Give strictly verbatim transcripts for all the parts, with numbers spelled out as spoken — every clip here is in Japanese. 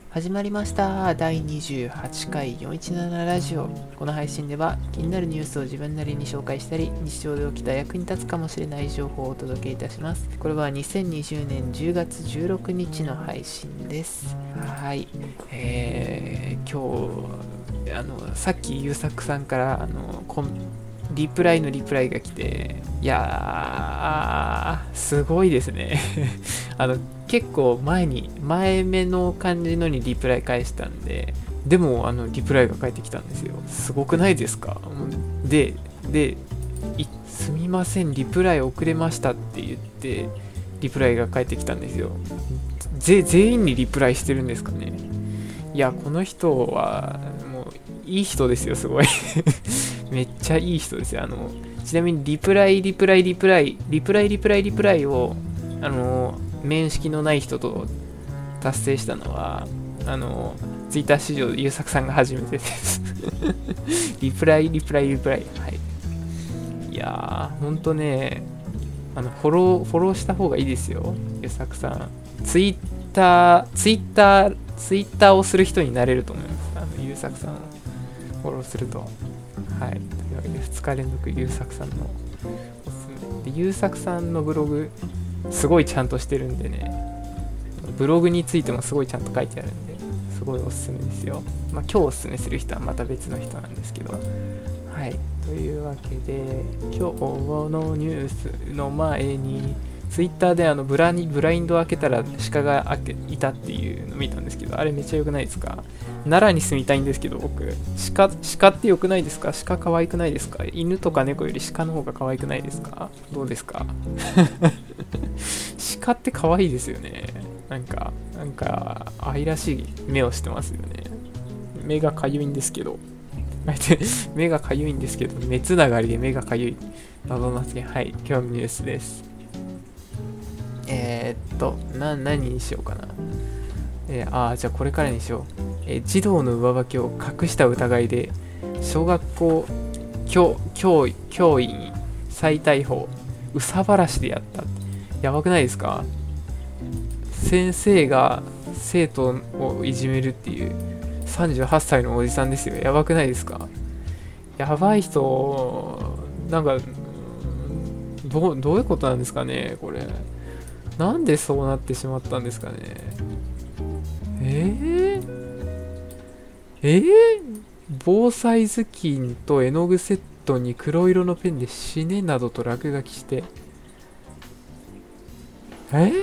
始まりました。だいにじゅうはちかいよんいちななラジオ。この配信では気になるニュースを自分なりに紹介したり、日常で起きた役に立つかもしれない情報をお届けいたします。これはにせんにじゅうねんじゅうがつじゅうろくにちの配信です。はい。えー、今日、あの、さっきゆうさくさんからあのコンリプライのリプライが来て、いやー、すごいですね。あの、結構前に、前目の感じのにリプライ返したんで、でも、あの、リプライが返ってきたんですよ。すごくないですか？で、で、すみません、リプライ遅れましたって言って、リプライが返ってきたんですよ。ぜ、全員にリプライしてるんですかね。いや、この人は、もう、いい人ですよ、すごい。めっちゃいい人ですよ。あの、ちなみに、リプライ、リプライ、リプライ、リプライ、リプライ、リプライを、あの、面識のない人と達成したのは、あの、ツイッター史上、優作さんが初めてです。リプライ、リプライ、リプライ。はい。いやー、ほんとね、あの、フォロー、フォローした方がいいですよ、優作さん。ツイッター、ツイッター、ツイッターをする人になれると思います。あの、優作さんをフォローすると。はい。というわけで、ふつか連続優作さんのおすすめ。で、優作さんのブログ、すごいちゃんとしてるんでね、ブログについてもすごいちゃんと書いてあるんで、すごいおすすめですよ。まあ、今日おすすめする人はまた別の人なんですけど。はい。というわけで、今日のニュースの前に、ツイッターであのブラにブラインドを開けたら鹿が開けいたっていうのを見たんですけど、あれめっちゃ良くないですか？奈良に住みたいんですけど、僕、鹿、鹿って良くないですか？鹿可愛くないですか？犬とか猫より鹿の方が可愛くないですか？どうですか？鹿って可愛いですよね。なんか、なんか、愛らしい目をしてますよね。目がかゆいんですけど。目がかゆいんですけど、目つながりで目がかゆい。謎の発言。はい、今日のニュースです。えー、っと、な、何にしようかな。えー、あー、じゃあこれからにしよう。えー児童の上履きを隠した疑いで、小学校教教教員再逮捕、憂さ晴らしでやった。やばくないですか？先生が生徒をいじめるっていうさんじゅうはっさいのおじさんですよ。やばくないですか？やばい人、なんか、どう、どういうことなんですかね、これ。なんでそうなってしまったんですかね。えー、えー、防災頭巾と絵の具セットに黒色のペンで死ねなどと落書きして、え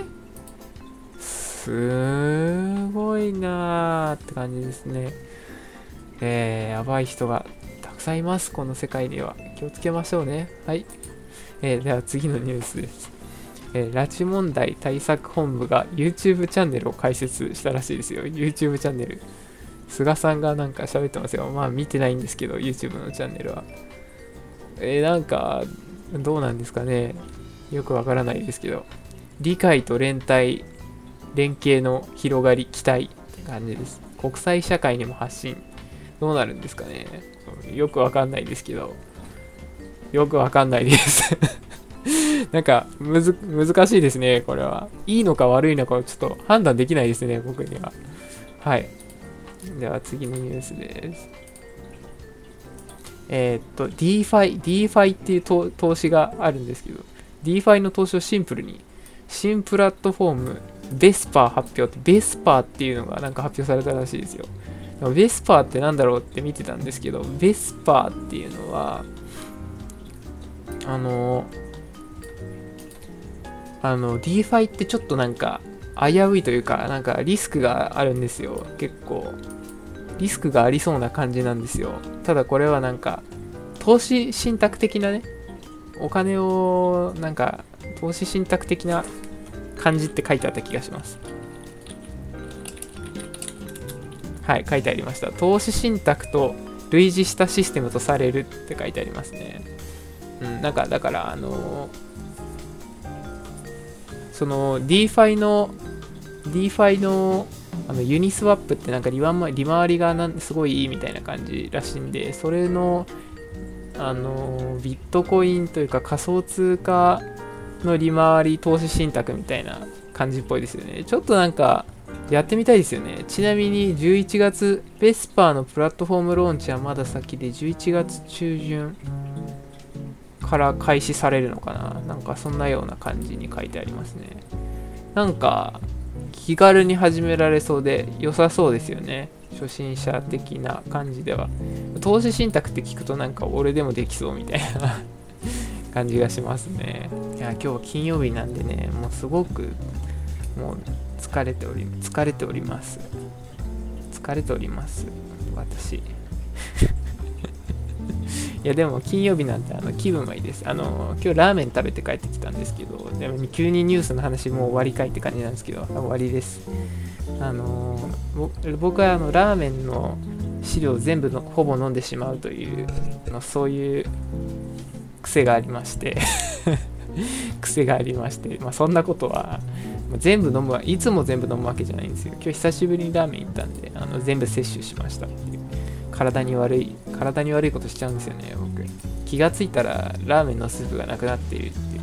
すごいなーって感じですね。えー、やばい人がたくさんいます、この世界には。気をつけましょうね。はい。えー、では次のニュースです。えー、拉致問題対策本部が YouTube チャンネルを開設したらしいですよ。YouTube チャンネル。菅さんがなんか喋ってますよ。まあ見てないんですけど、YouTube のチャンネルは。えー、なんか、どうなんですかね。よくわからないですけど。理解と連帯、連携の広がり、期待って感じです。国際社会にも発信。どうなるんですかね。よくわかんないですけど。よくわかんないです。なんか、むず、難しいですね、これは。いいのか悪いのかをちょっと判断できないですね、僕には。はい。では次のニュースです。えーっと、DeFi、DeFi っていう投投資があるんですけど、DeFi の投資をシンプルに、新プラットフォーム、ベスパー発表って、ベスパーっていうのがなんか発表されたらしいですよ。ベスパーってなんだろうって見てたんですけど、ベスパーっていうのは、あの、あの、DeFi ってちょっとなんか、危ういというか、なんかリスクがあるんですよ。結構。リスクがありそうな感じなんですよ。ただこれはなんか、投資信託的なね、お金を、なんか、投資信託的な感じって書いてあった気がします。はい、書いてありました。投資信託と類似したシステムとされるって書いてありますね。うん、なんか、だから、あのー、その DeFi の DeFi のあのユニスワップってなんか利回利回りがなんすごいいいみたいな感じらしいんで、それのあのビットコインというか仮想通貨の利回り投資信託みたいな感じっぽいですよね。ちょっとなんかやってみたいですよね。ちなみにじゅういちがつ、ベスパーのプラットフォームローンチはまだ先でじゅういちがつ中旬から開始されるのかな。なんかそんなような感じに書いてありますね。なんか気軽に始められそうで良さそうですよね。初心者的な感じでは。投資信託って聞くとなんか俺でもできそうみたいな感じがしますね。いや、今日は金曜日なんでね、もうすごくもう疲れており疲れております疲れております私いやでも金曜日なんてあの気分はいいです。あの今日ラーメン食べて帰ってきたんですけど、でも急にニュースの話もう終わりかいって感じなんですけど、終わりです。あの僕はあのラーメンの汁を全部のほぼ飲んでしまうというのそういう癖がありまして癖がありまして、まあ、そんなことは全部飲むいつも全部飲むわけじゃないんですよ。今日久しぶりにラーメン行ったんで、あの全部摂取しましたっていう。体に悪い体に悪いことしちゃうんですよね。僕気がついたらラーメンのスープがなくなっているっていう、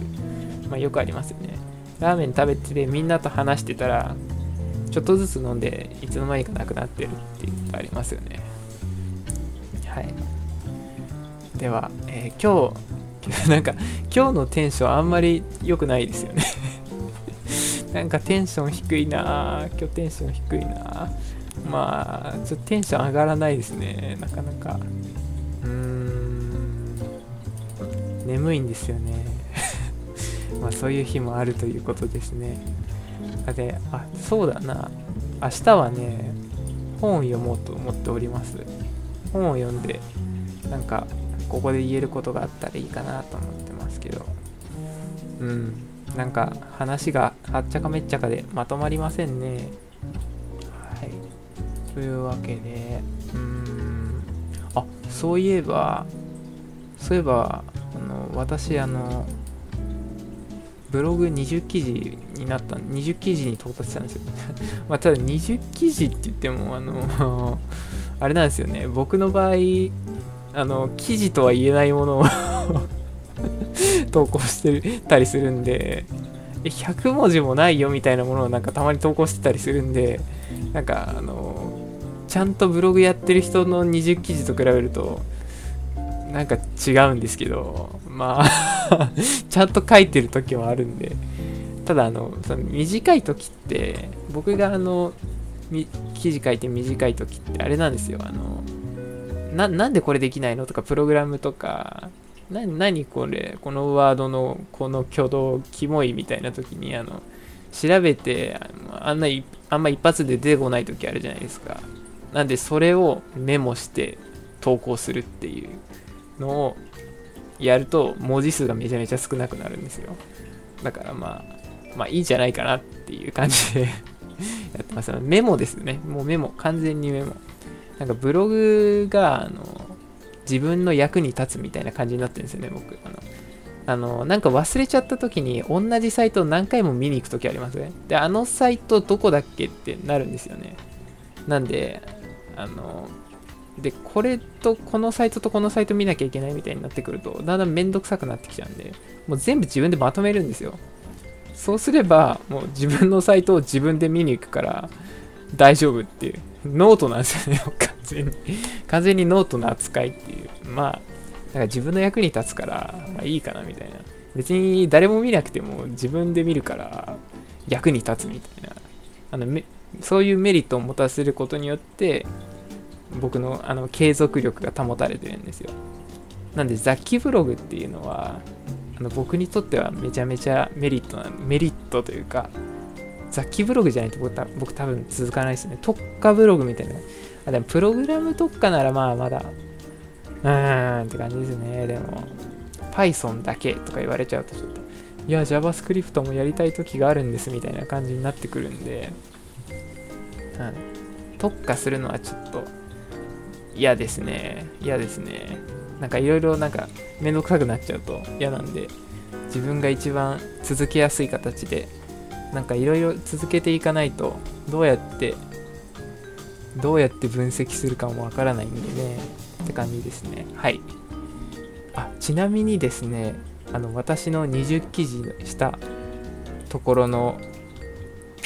まあ、よくありますよね。ラーメン食べててみんなと話してたらちょっとずつ飲んでいつの間にかなくなってるっていうことありますよね。はい。では、えー、今日なんか今日のテンションあんまり良くないですよねなんかテンション低いなぁ。今日テンション低いなぁ。まあちょっとテンション上がらないですね、なかなか。うーん、眠いんですよねまあそういう日もあるということですね。で、あ、そうだな、明日はね本を読もうと思っております。本を読んでなんかここで言えることがあったらいいかなと思ってますけど、うん、なんか話がはっちゃかめっちゃかでまとまりませんね。はい。というわけで、うーん、あ、そういえば、そういえば、あの、私、あの、ブログにじゅう記事になった、にじゅう記事に到達したんですよ。まあ、ただにじゅう記事って言っても、あの、あれなんですよね。僕の場合、あの、記事とは言えないものを投稿してたりするんで、ひゃくもじもないよみたいなものをなんかたまに投稿してたりするんで、なんかあのちゃんとブログやってる人のにじゅう記事と比べるとなんか違うんですけど、まあちゃんと書いてる時はあるんで、ただあのその短い時って僕があの記事書いて短い時ってあれなんですよ。あの な, なんでこれできないのとか、プログラムとかな何これこのワードのこの挙動キモいみたいな時にあの調べてあんなあんま一発で出てこない時あるじゃないですか。なんでそれをメモして投稿するっていうのをやると文字数がめちゃめちゃ少なくなるんですよ。だからまあまあいいんじゃないかなっていう感じでやってます。メモですね。もうメモ、完全にメモ。なんかブログがあの自分の役に立つみたいな感じになってるんですよね、僕。あの、あのなんか忘れちゃった時に同じサイトを何回も見に行く時ありますね。で、あのサイトどこだっけってなるんですよね。なんで、あの、で、これとこのサイトとこのサイト見なきゃいけないみたいになってくると、だんだんめんどくさくなってきちゃうんで、もう全部自分でまとめるんですよ。そうすれば、もう自分のサイトを自分で見に行くから大丈夫っていう。ノートなんですよね、完全に。完全にノートの扱いっていう。まあ、だから自分の役に立つから、まあいいかなみたいな。別に誰も見なくても自分で見るから役に立つみたいな。あのめそういうメリットを持たせることによって、僕のあの継続力が保たれてるんですよ。なんで雑記ブログっていうのは、あの僕にとってはめちゃめちゃメリットな、メリットというか、雑記ブログじゃないと 僕, 僕多分続かないですね。特化ブログみたいな。あ、でもプログラム特化ならまあまだ、うーんって感じですね。でも、Python だけとか言われちゃうとちょっと、いや、JavaScript もやりたい時があるんですみたいな感じになってくるんで、うん、特化するのはちょっと嫌ですね。嫌ですね。なんかいろいろなんかめんどくさくなっちゃうと嫌なんで、自分が一番続けやすい形で、なんかいろいろ続けていかないと、どうやってどうやって分析するかもわからないんでねって感じですね。はい。あ、ちなみにですね、あの私のにじゅう記事したところの ピ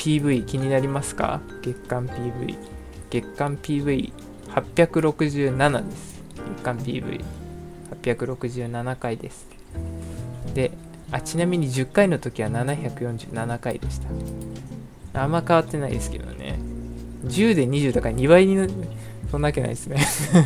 ピーブイ 気になりますか？月間 ピーブイ。月間 ピーブイはっぴゃくろくじゅうななです。月間 ピーブイはっぴゃくろくじゅうななかいです。で、あ、ちなみにじゅっかいの時はななひゃくよんじゅうななかいでした。あんま変わってないですけどね。じゅうでにじゅうだからにばいにな、そんなわけないですね。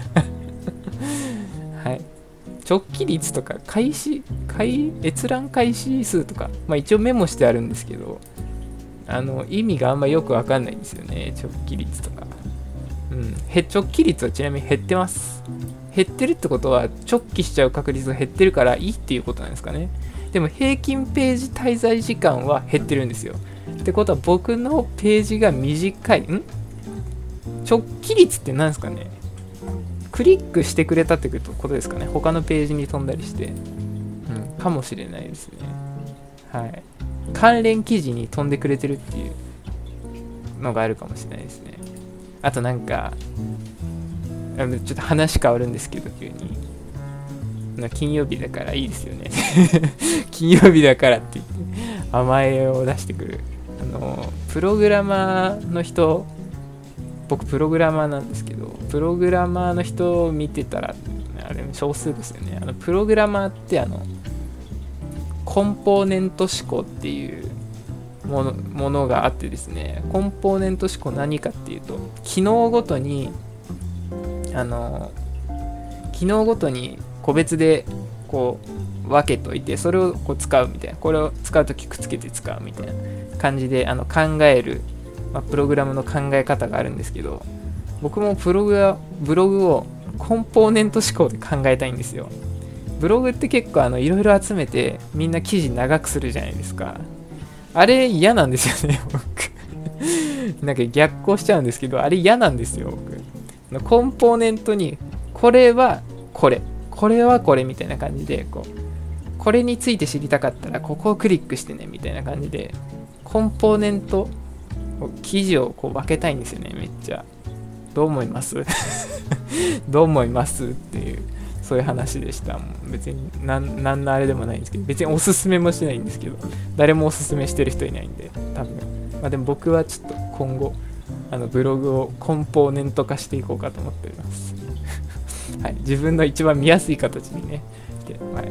はい。直帰率とか開始、開閲覧開始数とか、まあ一応メモしてあるんですけど、あの、意味があんまよくわかんないんですよね。直帰率とか。うん。へ、直帰率はちなみに減ってます。減ってるってことは、直帰しちゃう確率が減ってるからいいっていうことなんですかね。でも平均ページ滞在時間は減ってるんですよ。ってことは僕のページが短い。ん直帰率って何ですかね？クリックしてくれたってことですかね。他のページに飛んだりして。うん、かもしれないですね。はい。関連記事に飛んでくれてるっていうのがあるかもしれないですね。あとなんか、ちょっと話変わるんですけど、急に。金曜日だからいいですよね。金曜日だからって言って甘えを出してくる。あの、プログラマーの人、僕プログラマーなんですけど、プログラマーの人を見てたら、あれ少数ですよね。あのプログラマーってあの、コンポーネント思考っていうもの、ものがあってですね、コンポーネント思考何かっていうと、機能ごとに、あの、機能ごとに個別でこう分けといて、それをこう使うみたいな、これを使うときくっつけて使うみたいな感じであの考える、まあ、プログラムの考え方があるんですけど、僕もプログラブログをコンポーネント思考で考えたいんですよ。ブログって結構あのいろいろ集めてみんな記事長くするじゃないですか。あれ嫌なんですよね、僕。なんか逆行しちゃうんですけど、あれ嫌なんですよ、僕。コンポーネントにこれはこれ、これはこれみたいな感じで、こうこれについて知りたかったらここをクリックしてねみたいな感じで、コンポーネント記事をこう分けたいんですよね、めっちゃ。どう思いますどう思いますっていう、そういう話でした。もう別に何なんのあれでもないんですけど、別におすすめもしないんですけど、誰もおすすめしてる人いないんで、多分。まあでも僕はちょっと今後、あのブログをコンポーネント化していこうかと思っております。はい、自分の一番見やすい形にね、で、はい、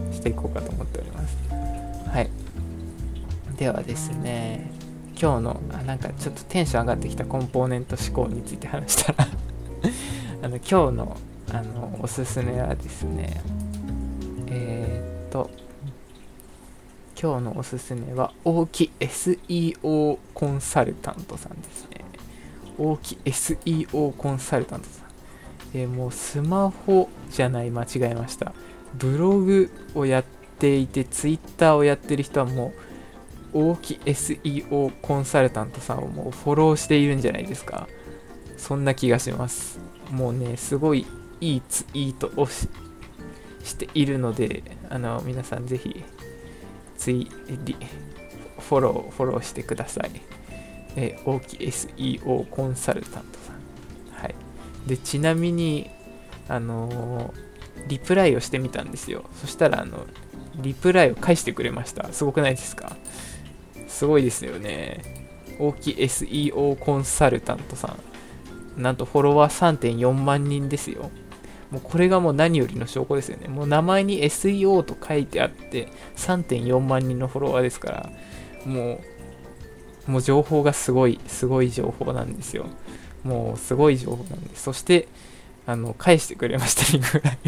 していこうかと思っております。はい。ではですね、今日の、あ、なんかちょっとテンション上がってきたコンポーネント思考について話したらあの、今日の、あの、おすすめはですね、えー、っと、今日のおすすめは、大木 エスイーオー コンサルタントさんですね。大木 エスイーオー コンサルタントさん。えー、もうスマホじゃない、間違えました。ブログをやっていて、ツイッターをやってる人はもう、大木 エスイーオー コンサルタントさんをもうフォローしているんじゃないですか。そんな気がします。もうね、すごいいいツイートを し, しているので、あの、皆さんぜひ、ツイリフォロー、フォローしてください。えー、大木 エスイーオー コンサルタントさん。はい。で、ちなみに、あのー、リプライをしてみたんですよ。そしたら、あの、リプライを返してくれました。すごくないですか？すごいですよね。大木 エスイーオー コンサルタントさん。なんとフォロワー さんてんよんまんにんですよ。もうこれがもう何よりの証拠ですよね。もう名前に エスイーオー と書いてあって、さんてんよんまんにんのフォロワーですから、もう、もう情報がすごい、すごい情報なんですよ。もうすごい情報なんです。そして、あの、返してくれました、リプライ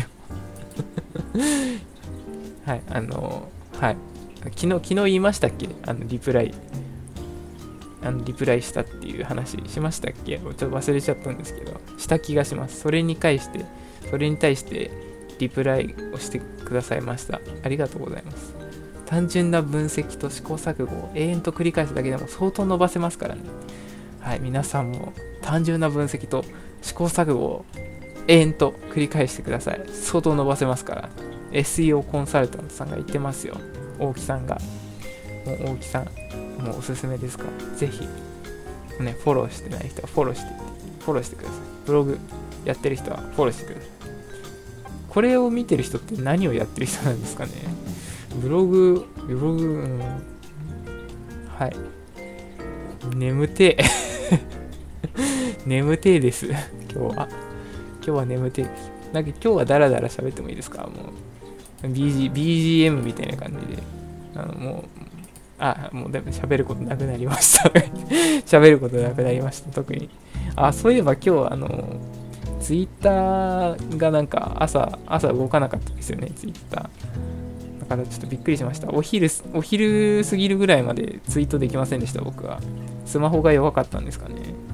を。はい、あの、はい。昨日、昨日言いましたっけ？あの、リプライ。あの、リプライしたっていう話しましたっけ？ちょっと忘れちゃったんですけど、した気がします。それに対して、それに対して、リプライをしてくださいました。ありがとうございます。単純な分析と試行錯誤を永遠と繰り返すだけでも相当伸ばせますからね。はい、皆さんも単純な分析と試行錯誤を永遠と繰り返してください。相当伸ばせますから。エスイーオー コンサルタントさんが言ってますよ。大木さんが。もう大木さん、もうおすすめですから、ぜひ、ね、フォローしてない人はフォローして、フォローしてください。ブログやってる人はフォローしてください。これを見てる人って何をやってる人なんですかね。ブログ、ブログ、うん、はい。 眠てえ眠てえです今日は。今日は眠てえです。なんか今日はダラダラ喋ってもいいですか？もう ビージー、ビージーエム みたいな感じで。あのもう、あ、もうでも喋ることなくなりました喋ることなくなりました、特に。あ、そういえば今日、あの、ツイッターがなんか朝、朝動かなかったですよね、ツイッター。だからちょっとびっくりしました。お昼、お昼過ぎるぐらいまでツイートできませんでした、僕は。スマホが弱かったんですかね。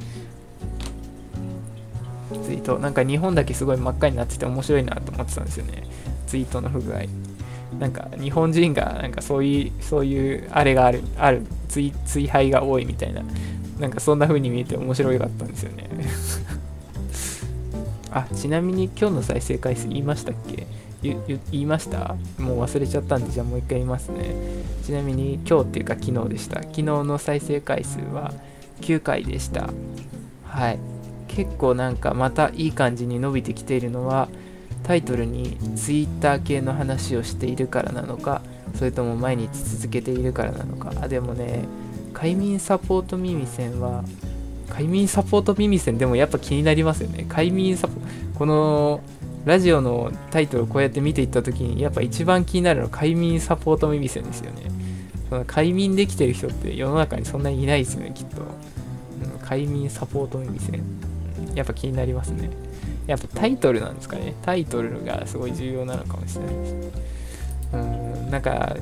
ツイート、なんか日本だけすごい真っ赤になってて面白いなと思ってたんですよね。ツイートの不具合。なんか日本人がなんかそういう、そういうあれがある、ある、追、追廃が多いみたいな、なんかそんな風に見えて面白かったんですよね。あ、ちなみに今日の再生回数言いましたっけ？言、言いました？もう忘れちゃったんで、じゃあもう一回言いますね。ちなみに今日っていうか昨日でした。昨日の再生回数はきゅうかいでした。はい。結構なんかまたいい感じに伸びてきているのは、タイトルにツイッター系の話をしているからなのか、それとも毎日続けているからなのか。あ、でもね、快眠サポート耳栓は、快眠サポート耳栓でもやっぱ気になりますよね。快眠サポ、このラジオのタイトルをこうやって見ていった時に、やっぱ一番気になるのは快眠サポート耳栓ですよね。その快眠できてる人って世の中にそんなにいないですよね、きっと。うん、快眠サポート耳栓。やっぱ気になりますね。やっぱタイトルなんですかね。タイトルがすごい重要なのかもしれないです。うん、なんか、うん、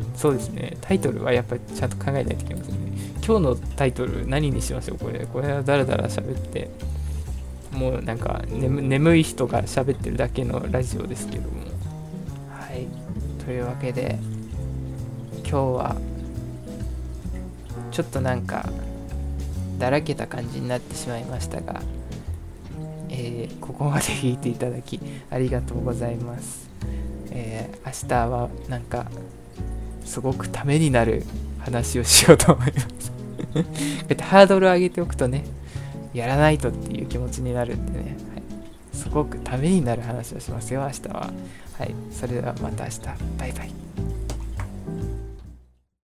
そうですね。タイトルはやっぱりちゃんと考えないといけませんね。今日のタイトル何にしましょうこれ。これはだらだら喋って、もうなんか眠、眠い人が喋ってるだけのラジオですけども。はい。というわけで、今日は、ちょっとなんか、だらけた感じになってしまいましたが、えー、ここまで聞いていただきありがとうございます。えー、明日はなんかすごくためになる話をしようと思いますこうやってハードル上げておくとね、やらないとっていう気持ちになるんでね、はい、すごくためになる話をしますよ、明日は。はい、それではまた明日。バイバイ。